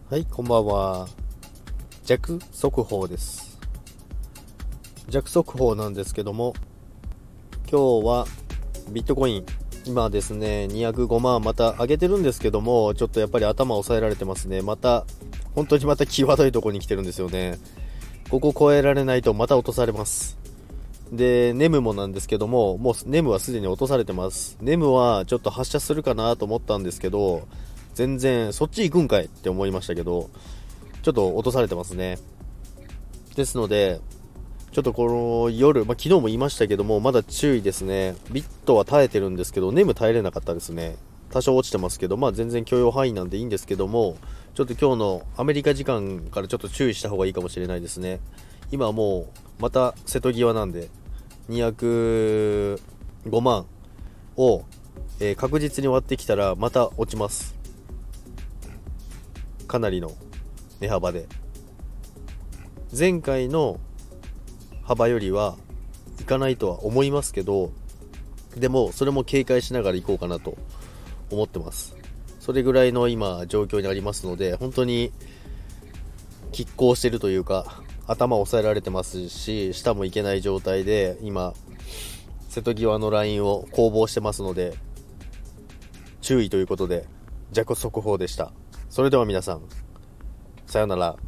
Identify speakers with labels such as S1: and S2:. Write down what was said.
S1: はい、こんばんは。弱速報です。弱速報なんですけども、今日はビットコイン、今ですね、205万また上げてるんですけども、ちょっとやっぱり頭を押さえられてますね。本当にまた際どいところに来てるんですよね。ここ超えられないとまた落とされます。で、ネムもなんですけども、もうネムはすでに落とされてます。ネムはちょっと発射するかなと思ったんですけど、全然そっち行くんかいって思いましたけど、ちょっと落とされてますね。ですので、ちょっとこの夜、昨日も言いましたけども、まだ注意ですね。ビットは耐えてるんですけど、ネム耐えれなかったですね。多少落ちてますけど、全然許容範囲なんでいいんですけども、ちょっと今日のアメリカ時間からちょっと注意した方がいいかもしれないですね。今はもう、また瀬戸際なんで、205万を、確実に割ってきたらまた落ちます。かなりの値幅で。前回の幅よりはいかないとは思いますけど、でもそれも警戒しながら行こうかなと思ってます。それぐらいの今状況にありますので、本当に拮抗してるというか、頭を押さえられてますし、下もいけない状態で今瀬戸際のラインを攻防してますので、注意ということで弱速報でした。それでは皆さん、さようなら。